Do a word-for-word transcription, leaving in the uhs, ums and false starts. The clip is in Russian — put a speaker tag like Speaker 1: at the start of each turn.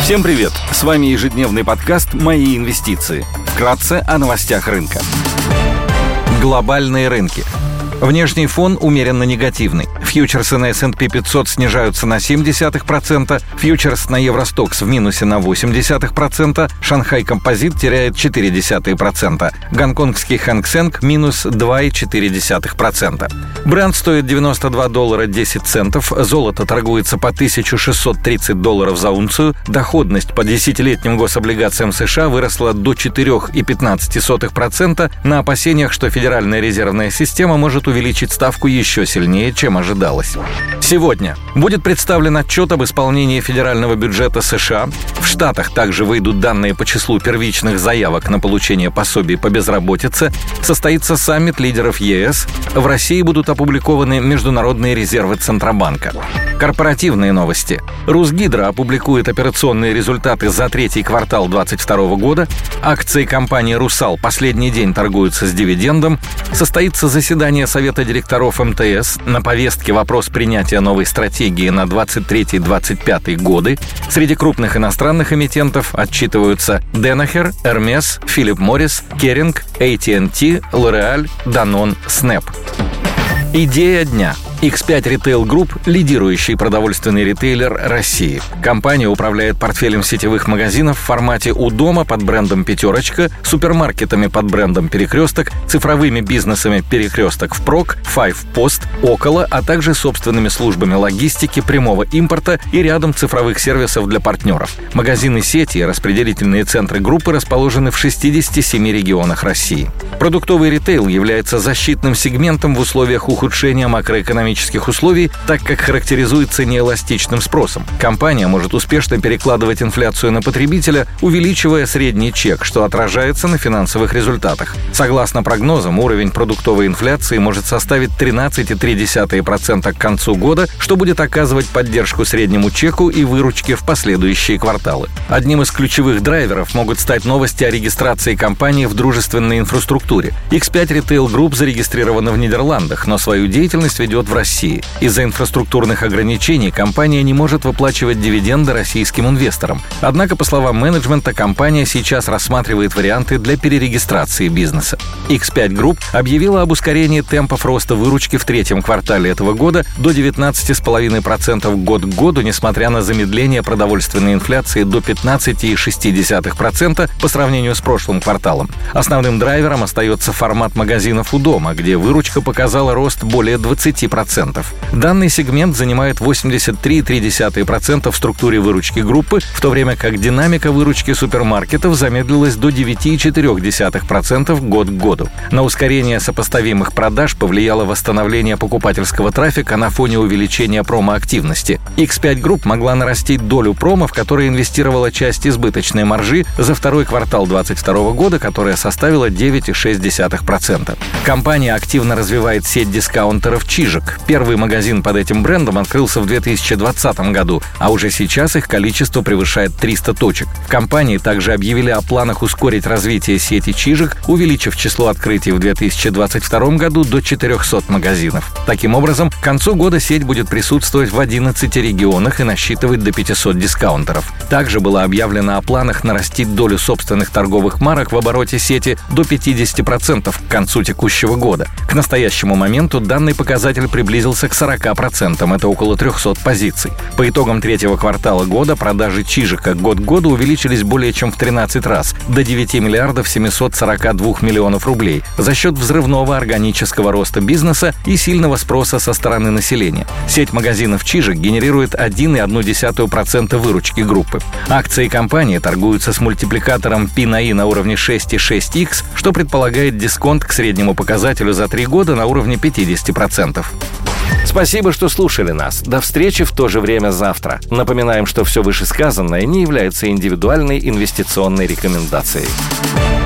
Speaker 1: Всем привет! С вами ежедневный подкаст «Мои инвестиции». Вкратце о новостях рынка. Глобальные рынки. Внешний фон умеренно негативный. Фьючерсы на эс энд пи пятьсот снижаются на семь десятых процента, фьючерс на Евростокс в минусе на восемь десятых процента, Шанхай Композит теряет четыре десятых процента, гонконгский Хэнк Сенг минус два целых четыре десятых процента. Брент стоит девяносто два доллара десять центов, золото торгуется по тысяча шестьсот тридцать долларов за унцию, доходность по десятилетним гособлигациям США выросла до четыре целых пятнадцать сотых процента на опасениях, что Федеральная резервная система может увеличить ставку еще сильнее, чем ожидалось. Сегодня будет представлен отчет об исполнении федерального бюджета США. В Штатах также выйдут данные по числу первичных заявок на получение пособий по безработице. Состоится саммит лидеров е эс. В России будут опубликованы международные резервы Центробанка. Корпоративные новости. Русгидро опубликует операционные результаты за третий квартал две тысячи двадцать второго года. Акции компании «Русал» последний день торгуются с дивидендом. Состоится заседание Совета директоров эм тэ эс. На повестке вопрос принятия новой стратегии на двадцать третий - двадцать пятый годы. Среди крупных иностранных эмитентов отчитываются Денахер, Hermes, Philip Morris, Kering, эй ти энд ти, L'Oreal, Danone, Snap. Идея дня. икс пять Retail Group – лидирующий продовольственный ритейлер России. Компания управляет портфелем сетевых магазинов в формате у дома под брендом «Пятерочка», супермаркетами под брендом «Перекресток», цифровыми бизнесами «Перекресток Впрок», Five Post, «Около», а также собственными службами логистики, прямого импорта и рядом цифровых сервисов для партнеров. Магазины сети и распределительные центры группы расположены в шестидесяти семи регионах России. Продуктовый ритейл является защитным сегментом в условиях ухудшения макроэкономических условий, так как характеризуется неэластичным спросом. Компания может успешно перекладывать инфляцию на потребителя, увеличивая средний чек, что отражается на финансовых результатах. Согласно прогнозам, уровень продуктовой инфляции может составить тринадцать целых три десятых процента к концу года, что будет оказывать поддержку среднему чеку и выручке в последующие кварталы. Одним из ключевых драйверов могут стать новости о регистрации компании в дружественной инфраструктуре. икс пять Retail Group зарегистрирована в Нидерландах, но свою деятельность ведет в России. Из-за инфраструктурных ограничений компания не может выплачивать дивиденды российским инвесторам. Однако, по словам менеджмента, компания сейчас рассматривает варианты для перерегистрации бизнеса. икс пять Group объявила об ускорении темпов роста выручки в третьем квартале этого года до девятнадцати целых пяти десятых процента год к году, несмотря на замедление продовольственной инфляции до пятнадцати целых шести десятых процента по сравнению с прошлым кварталом. Основным драйвером остается формат магазинов у дома, где выручка показала рост более двадцати процентов. Данный сегмент занимает восемьдесят три целых три десятых процента в структуре выручки группы, в то время как динамика выручки супермаркетов замедлилась до девяти целых четырёх десятых процента год к году. На ускорение сопоставимых продаж повлияло восстановление покупательского трафика на фоне увеличения промо-активности. икс пять Group могла нарастить долю промо, в которой инвестировала часть избыточной маржи за второй квартал две тысячи двадцать второго года, которая составила девять целых шесть десятых процента. Компания активно развивает сеть дискаунтеров «Чижик». Первый магазин под этим брендом открылся в две тысячи двадцатом году, а уже сейчас их количество превышает триста точек. В компании также объявили о планах ускорить развитие сети «Чижик», увеличив число открытий в две тысячи двадцать втором году до четырехсот магазинов. Таким образом, к концу года сеть будет присутствовать в одиннадцати регионах и насчитывать до пятисот дискаунтеров. Также было объявлено о планах нарастить долю собственных торговых марок в обороте сети до пятидесяти процентов к концу текущего года. К настоящему моменту данный показатель приблизился к сорока процентам, это около трехсот позиций. По итогам третьего квартала года продажи «Чижика» год к году увеличились более чем в тринадцать раз, до девяти миллиардов семисот сорока двух миллионов рублей, за счет взрывного органического роста бизнеса и сильного спроса со стороны населения. Сеть магазинов «Чижик» генерирует один целых одну десятую процента выручки группы. Акции компании торгуются с мультипликатором пи на и на уровне шесть целых шесть десятых икс, что предполагает дисконт к среднему показателю за три года на уровне пятидесяти процентов. Спасибо, что слушали нас. До встречи в то же время завтра. Напоминаем, что все вышесказанное не является индивидуальной инвестиционной рекомендацией.